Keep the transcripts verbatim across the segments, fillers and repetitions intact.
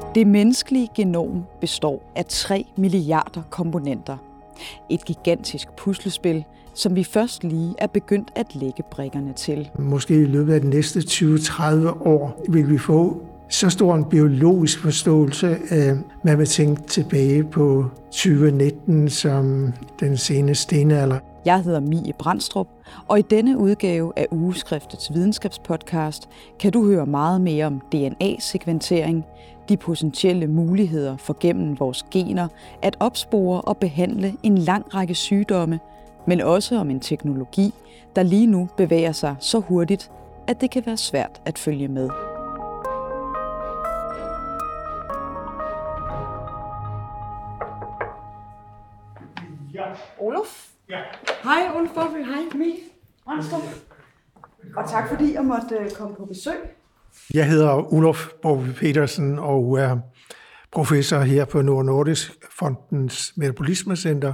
Det menneskelige genom består af tre milliarder komponenter. Et gigantisk puslespil, som vi først lige er begyndt at lægge brikkerne til. Måske i løbet af de næste tyve til tredive år vil vi få så stor en biologisk forståelse af, man vil tænke tilbage på tyve nitten som den sene stenalder. Jeg hedder Mie Brandstrup, og i denne udgave af Ugeskriftets videnskabspodcast kan du høre meget mere om D N A-sekventering, de potentielle muligheder for gennem vores gener at opspore og behandle en lang række sygdomme, men også om en teknologi, der lige nu bevæger sig så hurtigt, at det kan være svært at følge med. Ja. Oluf? Ja. Hej Oluf Bobby, hej Mie Brandstrup. Og tak fordi jeg måtte komme på besøg. Jeg hedder Oluf Bobby Petersen og er professor her på Novo Nordisk Fondens Metabolismecenter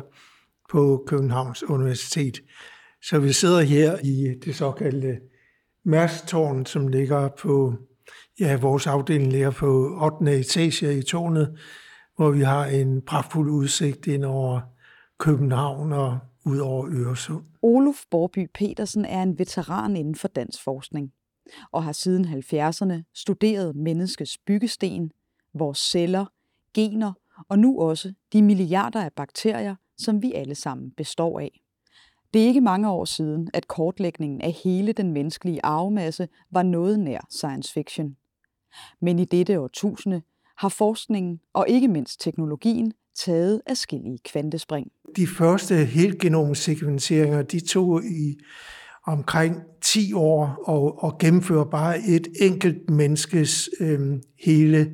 på Københavns Universitet. Så vi sidder her i det såkaldte Mærsk-tårn, som ligger på, ja, vores afdeling ligger på ottende etage i tårnet, hvor vi har en pragtfuld udsigt ind over København og ud over Øresund. Oluf Bobby Petersen er en veteran inden for dansk forskning og har siden halvfjerdserne studeret menneskets byggesten, vores celler, gener og nu også de milliarder af bakterier, som vi alle sammen består af. Det er ikke mange år siden, at kortlægningen af hele den menneskelige arvemasse var noget nær science fiction. Men i dette årtusinde har forskningen og ikke mindst teknologien taget adskillige kvantespring. De første helgenomsekvenseringer, de tog i omkring ti år og, og gennemfører bare et enkelt menneskes øh, hele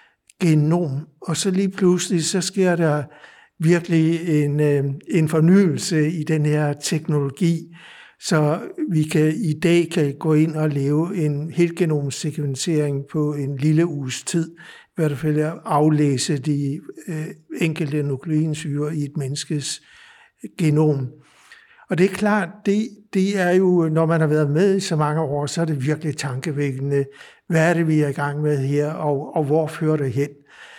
genom. Og så lige pludselig, så sker der virkelig en, øh, en fornyelse i den her teknologi, så vi kan i dag kan gå ind og lave en helgenomsekvensering på en lille uges tid, i hvert fald at aflæse de øh, enkelte nukleinsyrer i et menneskes genom. Og det er klart, det, det er jo, når man har været med i så mange år, så er det virkelig tankevækkende. Hvad er det, vi er i gang med her, og, og hvor fører det hen?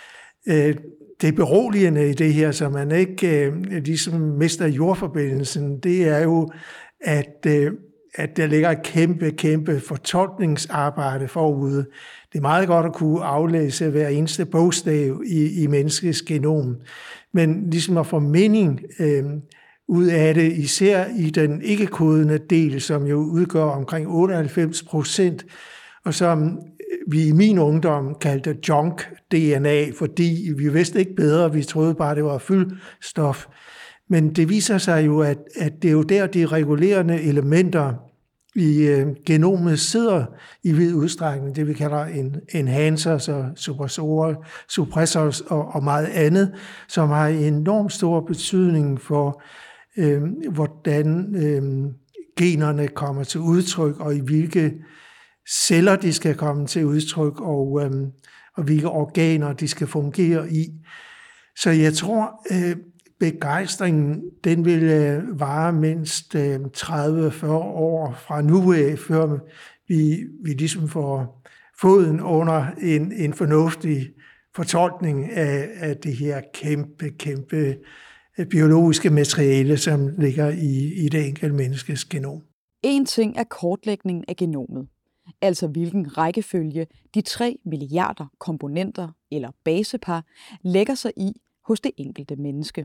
Øh, det beroligende i det her, så man ikke øh, ligesom mister jordforbindelsen, det er jo, at, øh, at der ligger et kæmpe, kæmpe fortolkningsarbejde forude. Det er meget godt at kunne aflæse hver eneste bogstav i, i menneskets genom, men ligesom at få mening øh, ud af det, især i den ikke-kodende del, som jo udgør omkring otteoghalvfems procent, og som vi i min ungdom kaldte junk D N A, fordi vi vidste ikke bedre, vi troede bare, det var fyldstof. Men det viser sig jo, at, at det er jo der, de regulerende elementer i øh, genomet sidder i vid udstrækning, det vi kalder en enhancers og suppressorer, suppressors og, og meget andet, som har enormt stor betydning for, øh, hvordan øh, generne kommer til udtryk, og i hvilke celler de skal komme til udtryk, og, øh, og hvilke organer de skal fungere i. Så jeg tror, øh, begejstringen, den vil øh, vare mindst øh, tredive til fyrre år fra nu af, før vi, vi ligesom får foden under en, en fornuftig fortolkning af, af det her kæmpe, kæmpe biologiske materiale, som ligger i, i det enkelte menneskes genom. En ting er kortlægningen af genomet, altså hvilken rækkefølge de tre milliarder komponenter eller basepar lægger sig i hos det enkelte menneske.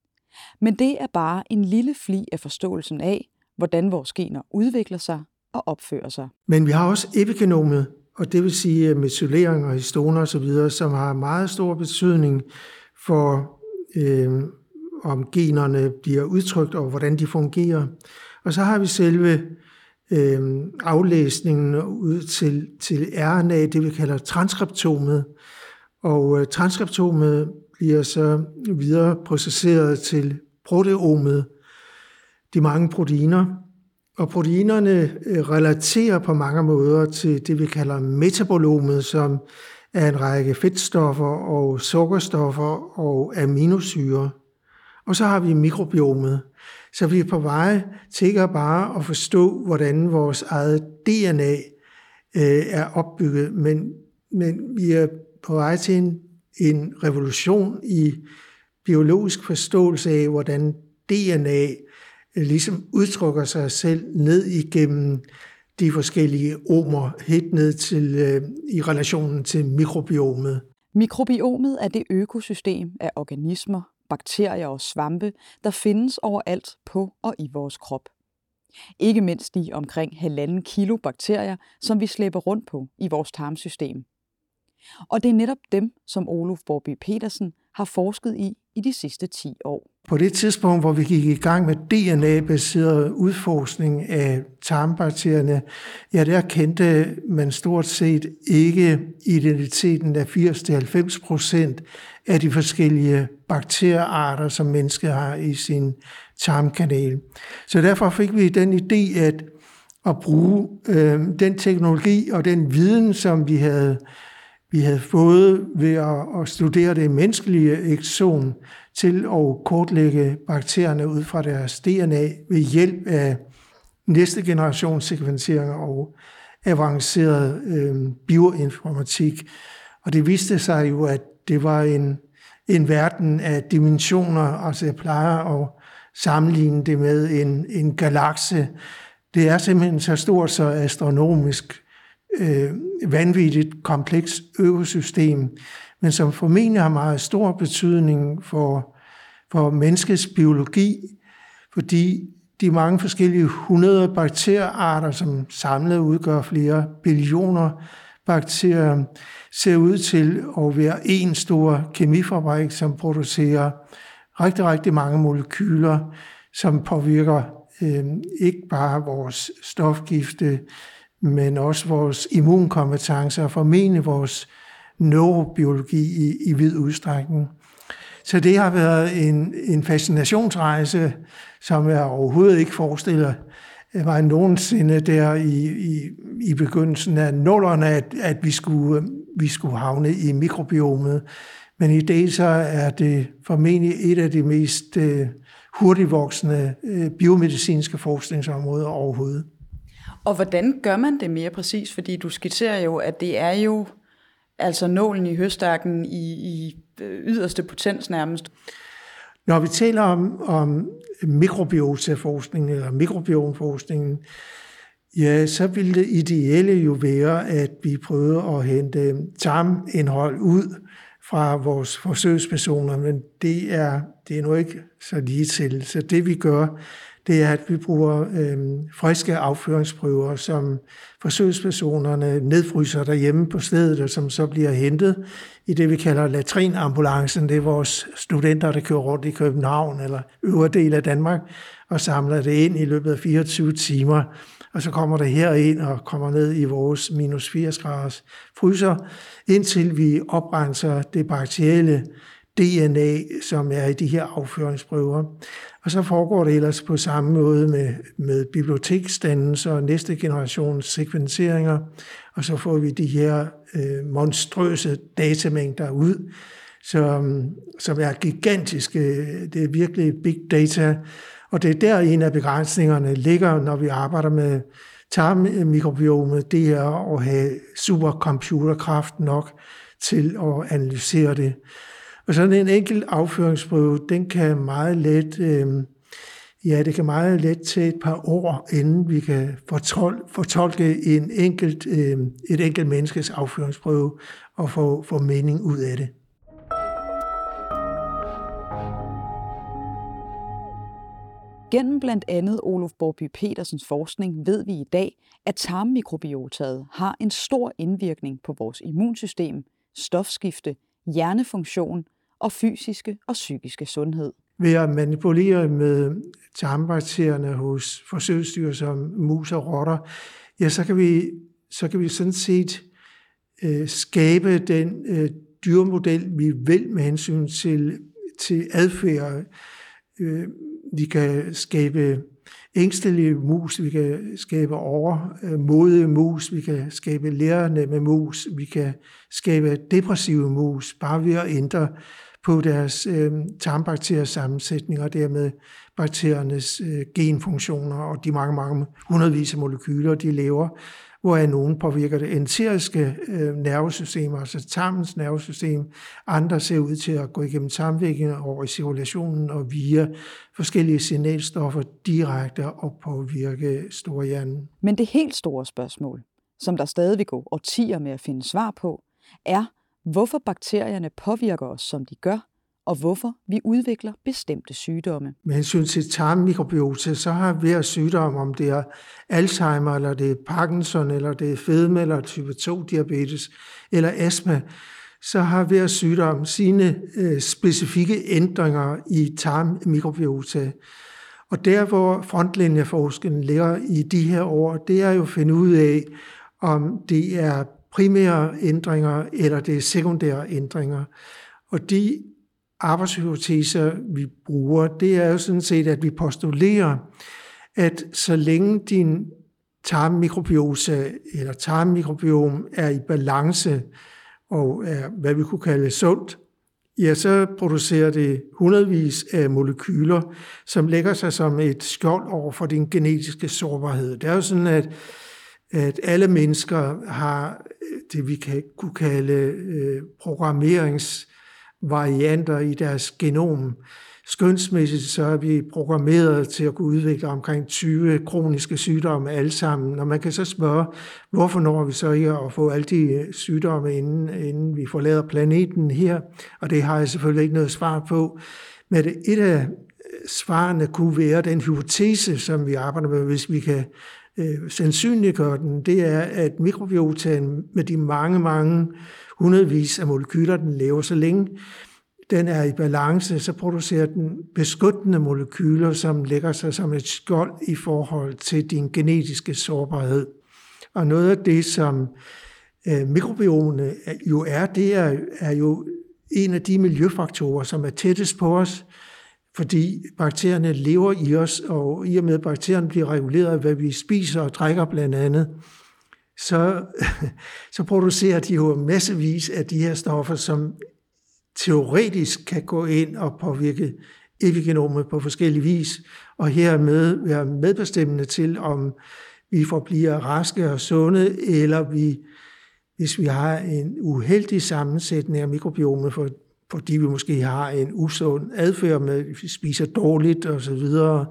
Men det er bare en lille flig af forståelsen af, hvordan vores gener udvikler sig og opfører sig. Men vi har også epigenomet, og det vil sige methylering og histoner osv., som har meget stor betydning for, øh, om generne bliver udtrykt og hvordan de fungerer. Og så har vi selve øh, aflæsningen ud til, til R N A, det vi kalder transkriptomet. Og øh, transkriptomet bliver så videre processeret til proteomet, de mange proteiner. Og proteinerne relaterer på mange måder til det, vi kalder metabolomet, som er en række fedtstoffer og sukkerstoffer og aminosyrer. Og så har vi mikrobiomet. Så vi er på vej til ikke bare at forstå, hvordan vores eget D N A er opbygget, men, men vi er på vej til en, en revolution i biologisk forståelse af, hvordan D N A ligesom udtrykker sig selv ned igennem de forskellige omer, helt ned til øh, i relationen til mikrobiomet. Mikrobiomet er det økosystem af organismer, bakterier og svampe, der findes overalt på og i vores krop. Ikke mindst de omkring halvanden kilo bakterier, som vi slæber rundt på i vores tarmsystem. Og det er netop dem, som Oluf Borby Petersen har forsket i i de sidste ti år. På det tidspunkt, hvor vi gik i gang med D N A-baseret udforskning af tarmbakterierne, ja, der kendte man stort set ikke identiteten af firs til halvfems procent af de forskellige bakteriearter, som mennesket har i sin tarmkanal. Så derfor fik vi den idé at, at bruge øh, den teknologi og den viden, som vi havde Vi havde fået ved at studere det menneskelige ekson til at kortlægge bakterierne ud fra deres D N A ved hjælp af næste generations sekvensering og avanceret øh, bioinformatik. Og det viste sig jo, at det var en, en verden af dimensioner. Altså jeg plejer at sammenligne det med en, en galakse. Det er simpelthen så stort, så astronomisk Øh, vanvittigt komplekst økosystem, men som formentlig har meget stor betydning for, for menneskets biologi, fordi de mange forskellige hundrede bakteriearter, som samlet udgør flere billioner bakterier, ser ud til at være en stor kemifabrik, som producerer rigtig, rigtig mange molekyler, som påvirker øh, ikke bare vores stofgifte, men også vores immunkompetencer og formentlig vores neurobiologi i, i vid udstrækning. Så det har været en, en fascinationsrejse, som jeg overhovedet ikke forestiller mig nogensinde der i, i, i begyndelsen af nullerne, at, at vi, skulle, vi skulle havne i mikrobiomet. Men i dag så er det formentlig et af de mest uh, hurtigvoksende uh, biomedicinske forskningsområder overhovedet. Og hvordan gør man det mere præcis? Fordi du skitserer jo, at det er jo altså nålen i høstakken i, i yderste potens nærmest. Når vi taler om, om mikrobiotaforskning eller mikrobiomforskningen, ja, så vil det ideelle jo være, at vi prøver at hente tarmindhold ud fra vores forsøgspersoner, men det er, det er nu ikke så lige til. Så det vi gør, det er, at vi bruger øh, friske afføringsprøver, som forsøgspersonerne nedfryser derhjemme på stedet, og som så bliver hentet i det, vi kalder latrinambulancen. Det er vores studenter, der kører rundt i København eller øvre del af Danmark, og samler det ind i løbet af fireogtyve timer. Og så kommer det her ind og kommer ned i vores minus firs graders fryser, indtil vi oprenser det bakterielle D N A, som er i de her afføringsprøver. Og så foregår det ellers på samme måde med, med biblioteksdannelser og næste generations sekvenseringer, og så får vi de her øh, monstrøse datamængder ud, som, som er gigantiske. Det er virkelig big data, og det er der en af begrænsningerne ligger, når vi arbejder med tarmmikrobiomet, det er at have supercomputerkraft nok til at analysere det. Og sådan en enkelt afføringsprøve, den kan meget let, øh, ja, det kan meget let tage et par år, inden vi kan fortol- fortolke en enkelt, øh, et enkelt menneskes afføringsprøve og få, få mening ud af det. Gennem blandt andet Oluf Borby Petersens forskning ved vi i dag, at tarmmikrobiotaet har en stor indvirkning på vores immunsystem, stofskifte, hjernefunktion og fysiske og psykiske sundhed. Ved at manipulere med tarmbakterierne hos forsøgsdyr som mus og rotter, ja, så kan vi, så kan vi sådan set øh, skabe den øh, dyremodel, vi vil med hensyn til, til adfærd. Øh, vi kan skabe ængstelige mus, vi kan skabe overmodige mus, vi kan skabe lærernemme mus, vi kan skabe depressive mus, bare ved at ændre på deres øh, tarmbakteriers sammensætning og dermed bakteriernes øh, genfunktioner og de mange, mange hundredvis af molekyler, de laver, hvoraf nogen påvirker det enteriske øh, nervesystem, altså tarmens nervesystem. Andre ser ud til at gå igennem tarmvæggen over i cirkulationen og via forskellige signalstoffer direkte og påvirke storhjernen. Men det helt store spørgsmål, som der stadig vil gå årtier med at finde svar på, er, hvorfor bakterierne påvirker os, som de gør, og hvorfor vi udvikler bestemte sygdomme. Med hensyn til tarmmikrobiota, så har hver sygdom, om det er Alzheimer, eller det er Parkinson, eller det er fedme, eller type to diabetes, eller astma, så har hver sygdom sine øh, specifikke ændringer i tarmmikrobiota. Og der, hvor frontlinjeforskningen ligger i de her år, det er jo at finde ud af, om det er primære ændringer, eller det er sekundære ændringer. Og de arbejdshypoteser, vi bruger, det er jo sådan set, at vi postulerer, at så længe din tarmmikrobiota eller tarmmikrobiom er i balance og er, hvad vi kunne kalde sundt, ja, så producerer det hundredvis af molekyler, som lægger sig som et skjold over for din genetiske sårbarhed. Det er jo sådan, at, at alle mennesker har det, vi kan, kunne kalde øh, programmerings varianter i deres genom. Skønsmæssigt så er vi programmeret til at kunne udvikle omkring tyve kroniske sygdomme alle sammen. Og man kan så spørge, hvorfor når vi så ikke at få alle de sygdomme, inden, inden vi forlader planeten her? Og det har jeg selvfølgelig ikke noget svar på. Men et af svarene kunne være den hypotese, som vi arbejder med, hvis vi kan øh, sandsynliggøre den, det er, at mikrobiotaen med de mange, mange hundredvis af molekyler, den laver, så længe den er i balance, så producerer den beskyttende molekyler, som lægger sig som et skjold i forhold til din genetiske sårbarhed. Og noget af det, som øh, mikrobiomene jo er, det er, er jo en af de miljøfaktorer, som er tættest på os, fordi bakterierne lever i os, og i og med at bakterierne bliver reguleret af, hvad vi spiser og drikker blandt andet, så, så producerer de jo massevis af de her stoffer, som teoretisk kan gå ind og påvirke epigenomet på forskellige vis, og hermed være medbestemmende til, om vi forbliver raske og sunde, eller vi, hvis vi har en uheldig sammensætning af mikrobiomet, for, fordi vi måske har en usund adfærd med, at vi spiser dårligt osv.,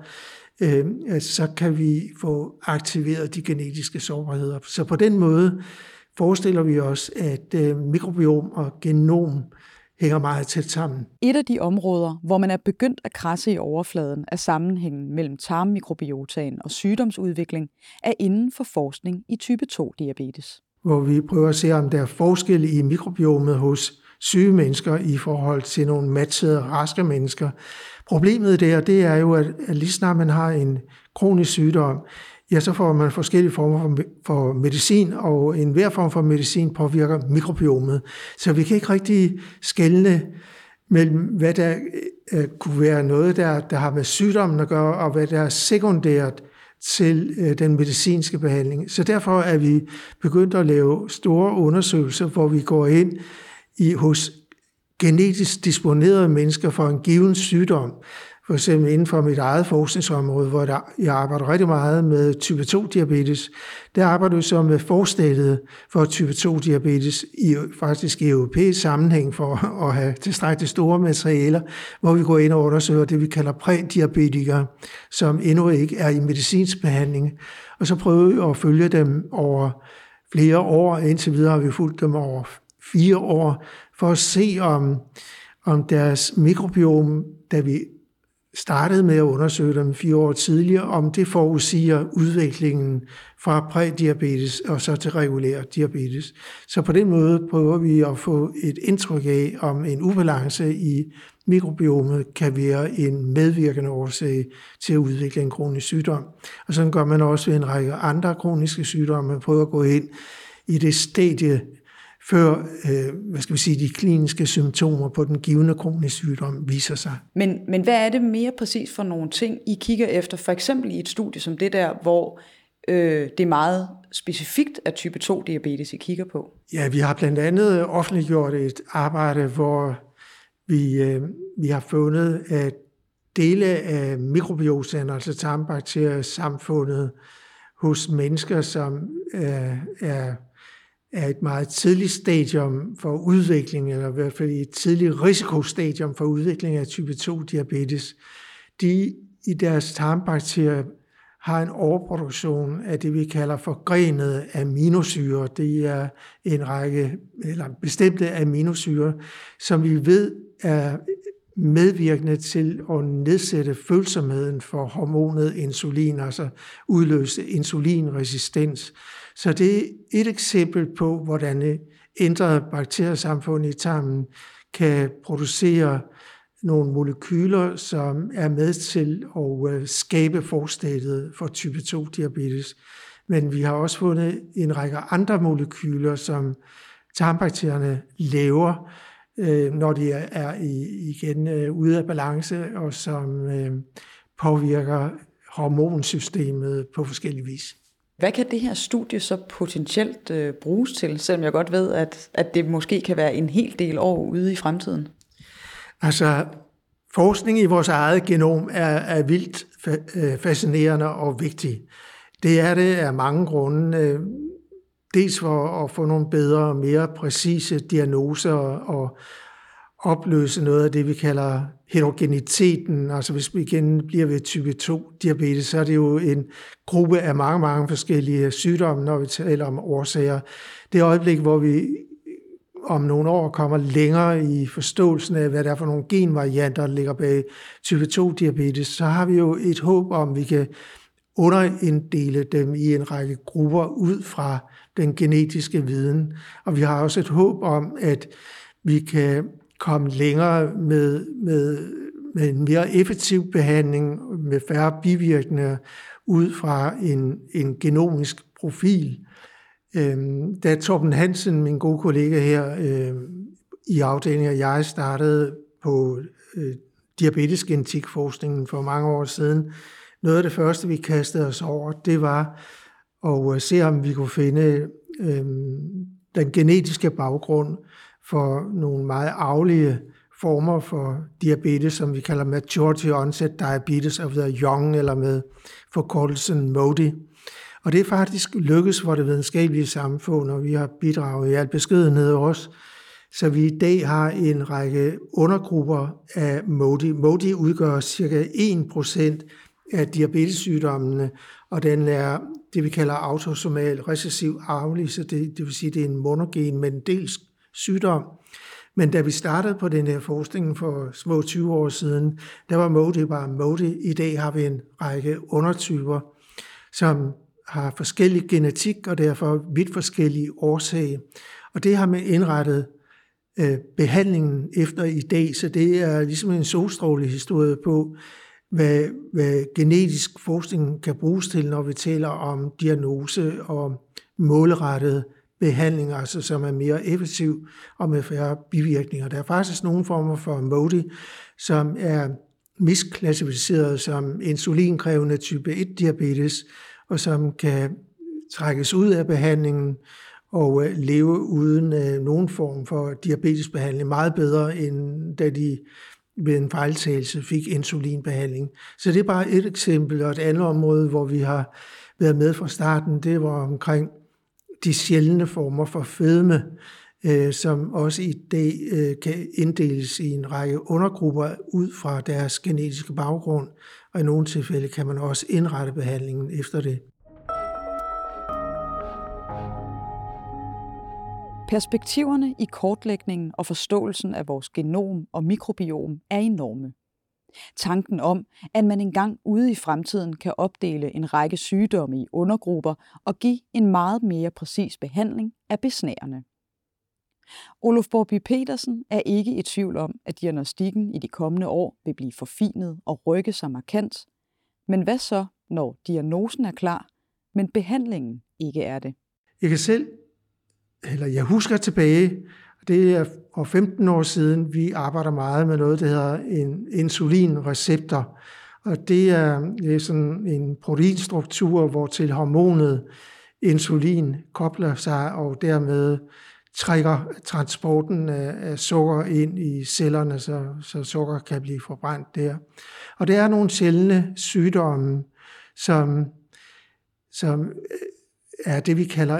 øh, så kan vi få aktiveret de genetiske sårbarheder. Så på den måde forestiller vi os, at øh, mikrobiom og genom hænger meget tæt sammen. Et af de områder, hvor man er begyndt at krasse i overfladen af sammenhængen mellem tarmmikrobiotaen og sygdomsudvikling, er inden for forskning i type to diabetes. Hvor vi prøver at se, om der er forskelle i mikrobiomet hos syge mennesker i forhold til nogle matchede, raske mennesker. Problemet der, det er jo, at lige snart man har en kronisk sygdom, ja, så får man forskellige former for medicin, og enhver form for medicin påvirker mikrobiomet. Så vi kan ikke rigtig skelne mellem, hvad der uh, kunne være noget, der, der har med sygdommen at gøre, og hvad der er sekundært til uh, den medicinske behandling. Så derfor er vi begyndt at lave store undersøgelser, hvor vi går ind i hos genetisk disponerede mennesker for en given sygdom. For eksempel inden for mit eget forskningsområde, hvor der, jeg arbejder rigtig meget med type to diabetes, der arbejder vi så med forstadiet for type to diabetes, i, faktisk i europæisk sammenhæng for at have tilstrækkeligt store materialer, hvor vi går ind og undersøger det, vi kalder prædiabetikere, som endnu ikke er i medicinsk behandling. Og så prøver vi at følge dem over flere år. Indtil videre har vi fulgt dem over fire år, for at se, om, om deres mikrobiom, da vi startede med at undersøge dem fire år tidligere, om det forudsiger udviklingen fra prædiabetes og så til regulær diabetes. Så på den måde prøver vi at få et indtryk af, om en ubalance i mikrobiomet kan være en medvirkende årsag til at udvikle en kronisk sygdom. Og sådan gør man også ved en række andre kroniske sygdomme. Man prøver at gå ind i det stadie, før øh, hvad skal vi sige, de kliniske symptomer på den givne kroniske sygdom viser sig. Men, men hvad er det mere præcis for nogle ting, I kigger efter, for eksempel i et studie som det der, hvor øh, det er meget specifikt af type to diabetes, I kigger på? Ja, vi har blandt andet offentliggjort et arbejde, hvor vi, øh, vi har fundet, at dele af mikrobiotaen, altså tarmbakteriesamfundet hos mennesker, som er, er, er et meget tidligt stadium for udvikling, eller i hvert fald et tidligt risikostadium for udvikling af type to diabetes, de i deres tarmbakterier har en overproduktion af det, vi kalder forgrenede aminosyrer. Det er en række, eller bestemte aminosyrer, som vi ved er medvirkende til at nedsætte følsomheden for hormonet insulin, altså udløse insulinresistens. Så det er et eksempel på, hvordan et ændret bakteriesamfund i tarmen kan producere nogle molekyler, som er med til at skabe forstadiet for type to diabetes. Men vi har også fundet en række andre molekyler, som tarmbakterierne laver, når de er igen ude af balance, og som påvirker hormonsystemet på forskellige vis. Hvad kan det her studie så potentielt bruges til, selvom jeg godt ved, at, at det måske kan være en hel del år ude i fremtiden? Altså, forskning i vores eget genom er, er vildt fascinerende og vigtig. Det er det af mange grunde. Dels for at få nogle bedre og mere præcise diagnoser og opløse noget af det, vi kalder heterogeniteten. Altså hvis vi igen bliver ved type to diabetes, så er det jo en gruppe af mange, mange forskellige sygdomme, når vi taler om årsager. Det øjeblik, hvor vi om nogle år kommer længere i forståelsen af, hvad der er for nogle genvarianter, der ligger bag type to diabetes, så har vi jo et håb om, at vi kan underinddele dem i en række grupper ud fra den genetiske viden. Og vi har også et håb om, at vi kan komme længere med, med, med en mere effektiv behandling, med færre bivirkninger ud fra en, en genomisk profil. Da Torben Hansen, min gode kollega her i afdelingen, og jeg startede på diabetesgenetikforskningen for mange år siden, noget af det første, vi kastede os over, det var at se, om vi kunne finde den genetiske baggrund for nogle meget arvelige former for diabetes, som vi kalder majority onset diabetes of the young, eller med forkortelsen M O D I. Og det er faktisk lykkedes for det videnskabelige samfund, og vi har bidraget i al beskedenhed også. Så vi i dag har en række undergrupper af M O D I. M O D I udgør cirka en procent af diabetessygdommene, og den er det, vi kalder autosomal recessiv arvelig, så det, det vil sige, det er en monogen, men en dels sygdom. Men da vi startede på den her forskning for små tyve år siden, der var M O D I bare M O D I. I dag har vi en række undertyper, som har forskellig genetik og derfor vidt forskellige årsager. Og det har man indrettet øh, behandlingen efter i dag, så det er ligesom en solstrålehistorie på, hvad, hvad genetisk forskning kan bruges til, når vi taler om diagnose og målrettet behandling, altså som er mere effektiv og med færre bivirkninger. Der er faktisk nogle former for M O D I, som er misklassificeret som insulinkrævende type et diabetes, og som kan trækkes ud af behandlingen og leve uden nogen form for diabetesbehandling meget bedre, end da de ved en fejltagelse fik insulinbehandling. Så det er bare et eksempel, og et andet område, hvor vi har været med fra starten, det var omkring de sjældne former for fedme, som også i dag kan inddeles i en række undergrupper ud fra deres genetiske baggrund, og i nogle tilfælde kan man også indrette behandlingen efter det. Perspektiverne i kortlægningen og forståelsen af vores genom og mikrobiom er enorme. Tanken om, at man engang ude i fremtiden kan opdele en række sygdomme i undergrupper og give en meget mere præcis behandling, er besnærende. Oluf Borby Petersen er ikke i tvivl om, at diagnostikken i de kommende år vil blive forfinet og rykke sig markant. Men hvad så, når diagnosen er klar, men behandlingen ikke er det? Jeg kan selv, eller jeg husker tilbage, det er for femten år siden, vi arbejder meget med noget, der hedder en insulinreceptor. Og det er, det er sådan en proteinstruktur, hvor til hormonet insulin kobler sig og dermed trækker transporten af, af sukker ind i cellerne, så, så sukker kan blive forbrændt der. Og det er nogle sjældne sygdomme, som, som er det, vi kalder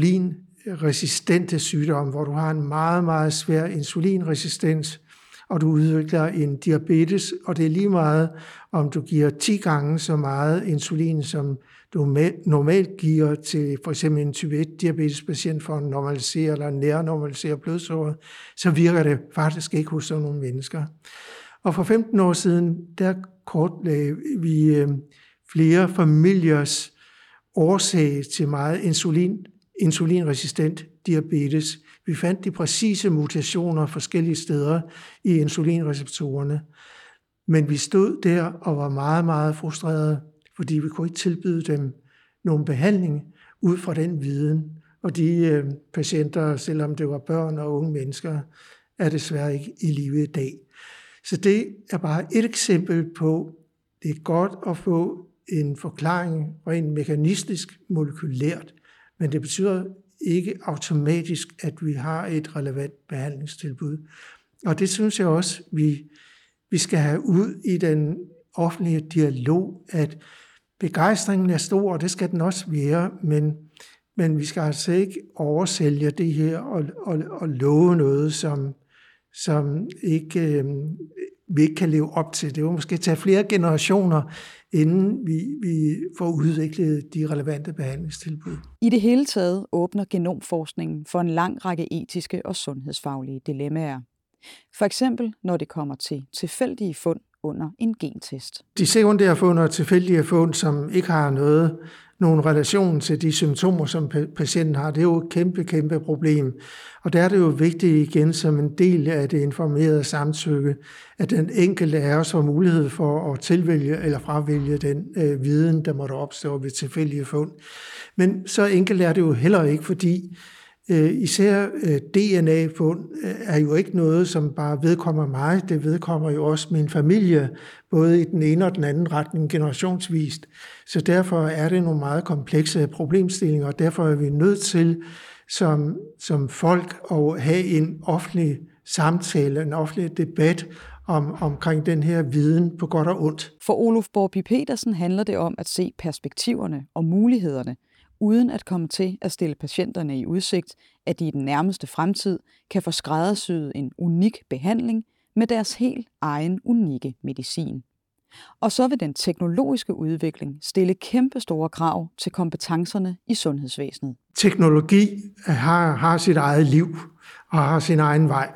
insulinresistente sygdomme, hvor du har en meget, meget svær insulinresistens, og du udvikler en diabetes, og det er lige meget, om du giver ti gange så meget insulin, som du normalt giver til for eksempel en type et diabetespatient for at normalisere eller nærnormalisere blodsukkeret, så virker det faktisk ikke hos sådan nogle mennesker. Og for femten år siden, der kortlagde vi flere familiers årsag til meget insulin, insulinresistent diabetes. Vi fandt de præcise mutationer forskellige steder i insulinreceptorerne. Men vi stod der og var meget, meget frustrerede, fordi vi kunne ikke tilbyde dem nogen behandling ud fra den viden. Og de øh, patienter, selvom det var børn og unge mennesker, er desværre ikke i live i dag. Så det er bare et eksempel på, det er godt at få en forklaring rent mekanistisk, molekylært, men det betyder ikke automatisk, at vi har et relevant behandlingstilbud. Og det synes jeg også, vi, vi skal have ud i den offentlige dialog, at begejstringen er stor, og det skal den også være, men, men vi skal altså ikke oversælge det her og, og, og love noget, som, som ikke, øh, vi ikke kan leve op til. Det vil måske tage flere generationer, inden vi, vi får udviklet de relevante behandlingstilbud. I det hele taget åbner genomforskningen for en lang række etiske og sundhedsfaglige dilemmaer. For eksempel når det kommer til tilfældige fund under en gentest. De sekundære fund og tilfældige fund, som ikke har noget, nogen relation til de symptomer, som patienten har, det er jo et kæmpe, kæmpe problem. Og der er det jo vigtigt igen som en del af det informerede samtykke, at den enkelte af os har mulighed for at tilvælge eller fravælge den øh, viden, der måtte opstå ved tilfældige fund. Men så enkelt er det jo heller ikke, fordi øh, især øh, D N A-fund øh, er jo ikke noget, som bare vedkommer mig. Det vedkommer jo også min familie, både i den ene og den anden retning generationsvist. Så derfor er det nogle meget komplekse problemstillinger, og derfor er vi nødt til som, som folk at have en offentlig samtale, en offentlig debat om, omkring den her viden på godt og ondt. For Oluf Borby Petersen handler det om at se perspektiverne og mulighederne, uden at komme til at stille patienterne i udsigt, at de i den nærmeste fremtid kan få skræddersyet en unik behandling med deres helt egen unikke medicin. Og så vil den teknologiske udvikling stille kæmpe store krav til kompetencerne i sundhedsvæsenet. Teknologi har, har sit eget liv og har sin egen vej.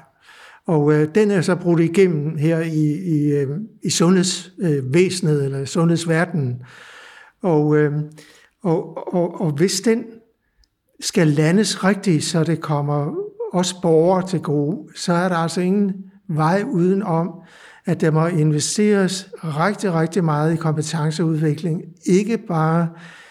Og øh, den er så brudt igennem her i, i, øh, i sundhedsvæsenet øh, eller sundhedsverdenen. Og, øh, og, og, og hvis den skal landes rigtigt, så det kommer os borgere til gode, så er der altså ingen vej udenom, at der må investeres rigtig, rigtig meget i kompetenceudvikling. Ikke bare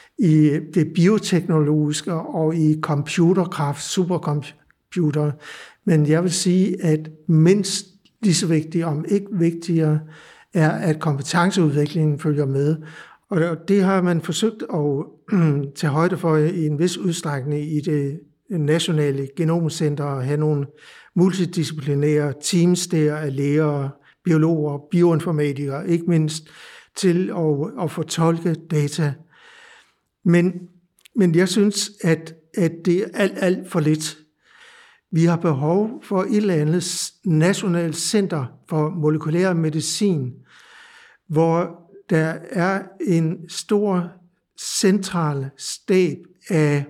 i det bioteknologiske og i computerkraft, supercomputer, men jeg vil sige, at mindst lige så vigtigt, om ikke vigtigere, er, at kompetenceudviklingen følger med. Og det har man forsøgt at tage højde for i en vis udstrækning i det nationale genomcenter, at have nogle multidisciplinære teams der af læger, biologer, bioinformatikere, ikke mindst til at, at fortolke data. Men, men jeg synes, at, at det er alt, alt for lidt. Vi har behov for et eller andet nationalt center for molekylær medicin, hvor der er en stor central stab af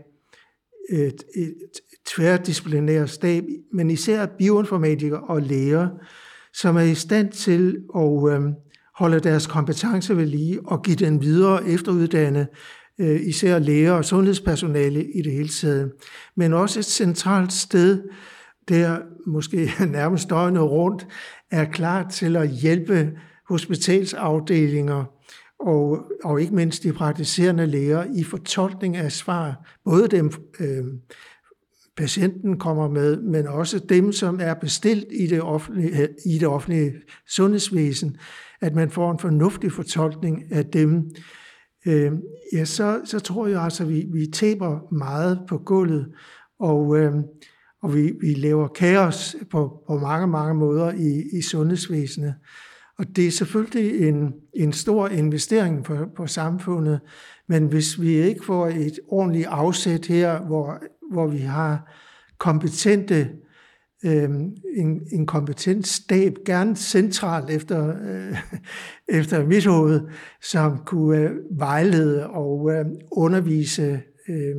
et, et tværdisciplinær stab, men især bioinformatikere og læger, som er i stand til at øh, holde deres kompetence ved lige og give den videre efteruddanne øh, især læger og sundhedspersonale i det hele taget. Men også et centralt sted, der måske nærmest døgnet rundt er klar til at hjælpe hospitalsafdelinger og, og ikke mindst de praktiserende læger i fortolkning af svar. Både dem øh, patienten kommer med, men også dem, som er bestilt i det offentlige, i det offentlige sundhedsvæsen, at man får en fornuftig fortolkning af dem. Øh, ja, så, så tror jeg altså, at vi, vi taber meget på gulvet, og, øh, og vi, vi laver kaos på, på mange, mange måder i, i sundhedsvæsenet. Og det er selvfølgelig en, en stor investering på, på samfundet, men hvis vi ikke får et ordentligt afsæt her, hvor, hvor vi har kompetente, øh, en, en kompetent stab, gerne centralt efter, øh, efter mit hoved, som kunne øh, vejlede og øh, undervise øh,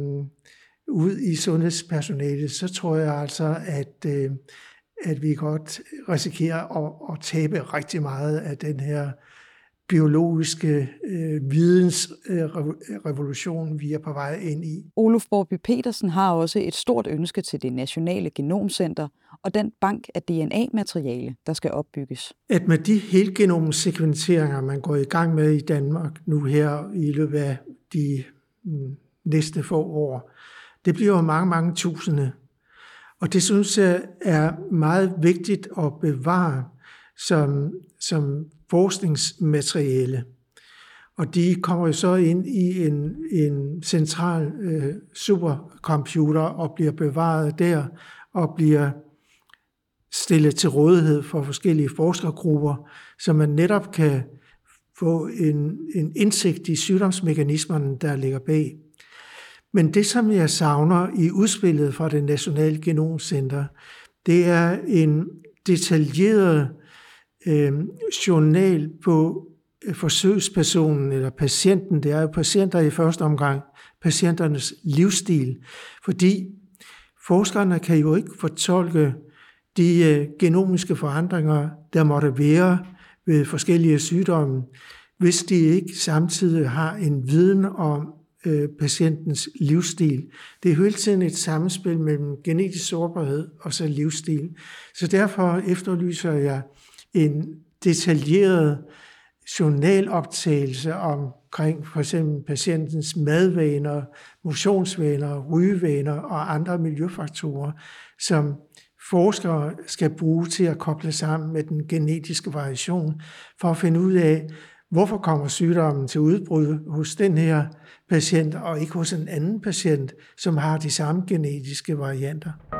ud i sundhedspersonalet, så tror jeg altså, at, øh, at vi godt risikerer at, at tabe rigtig meget af den her biologiske øh, vidensrevolution, øh, vi er på vej ind i. Oluf Borby Petersen har også et stort ønske til det nationale genomcenter og den bank af D N A-materiale, der skal opbygges. At med de helgenomsekventeringer, man går i gang med i Danmark nu her i løbet af de mm, næste få år, det bliver jo mange, mange tusinde. Og det synes jeg er meget vigtigt at bevare som, som forskningsmateriale. Og de kommer jo så ind i en, en central øh, supercomputer og bliver bevaret der og bliver stillet til rådighed for forskellige forskergrupper, så man netop kan få en, en indsigt i sygdomsmekanismerne, der ligger bag. Men det, som jeg savner i udspillet fra det Nationale Genomcenter, det er en detaljeret øh, journal på forsøgspersonen eller patienten. Det er jo patienter i første omgang, patienternes livsstil. Fordi forskerne kan jo ikke fortolke de øh, genomiske forandringer, der måtte være ved forskellige sygdomme, hvis de ikke samtidig har en viden om patientens livsstil. Det er hele tiden et samspil mellem genetisk sårbarhed og så livsstil. Så derfor efterlyser jeg en detaljeret journaloptagelse omkring for eksempel patientens madvaner, motionsvaner, rygevaner og andre miljøfaktorer, som forskere skal bruge til at koble sammen med den genetiske variation for at finde ud af, hvorfor kommer sygdommen til udbrud hos den her patient, og ikke hos en anden patient, som har de samme genetiske varianter.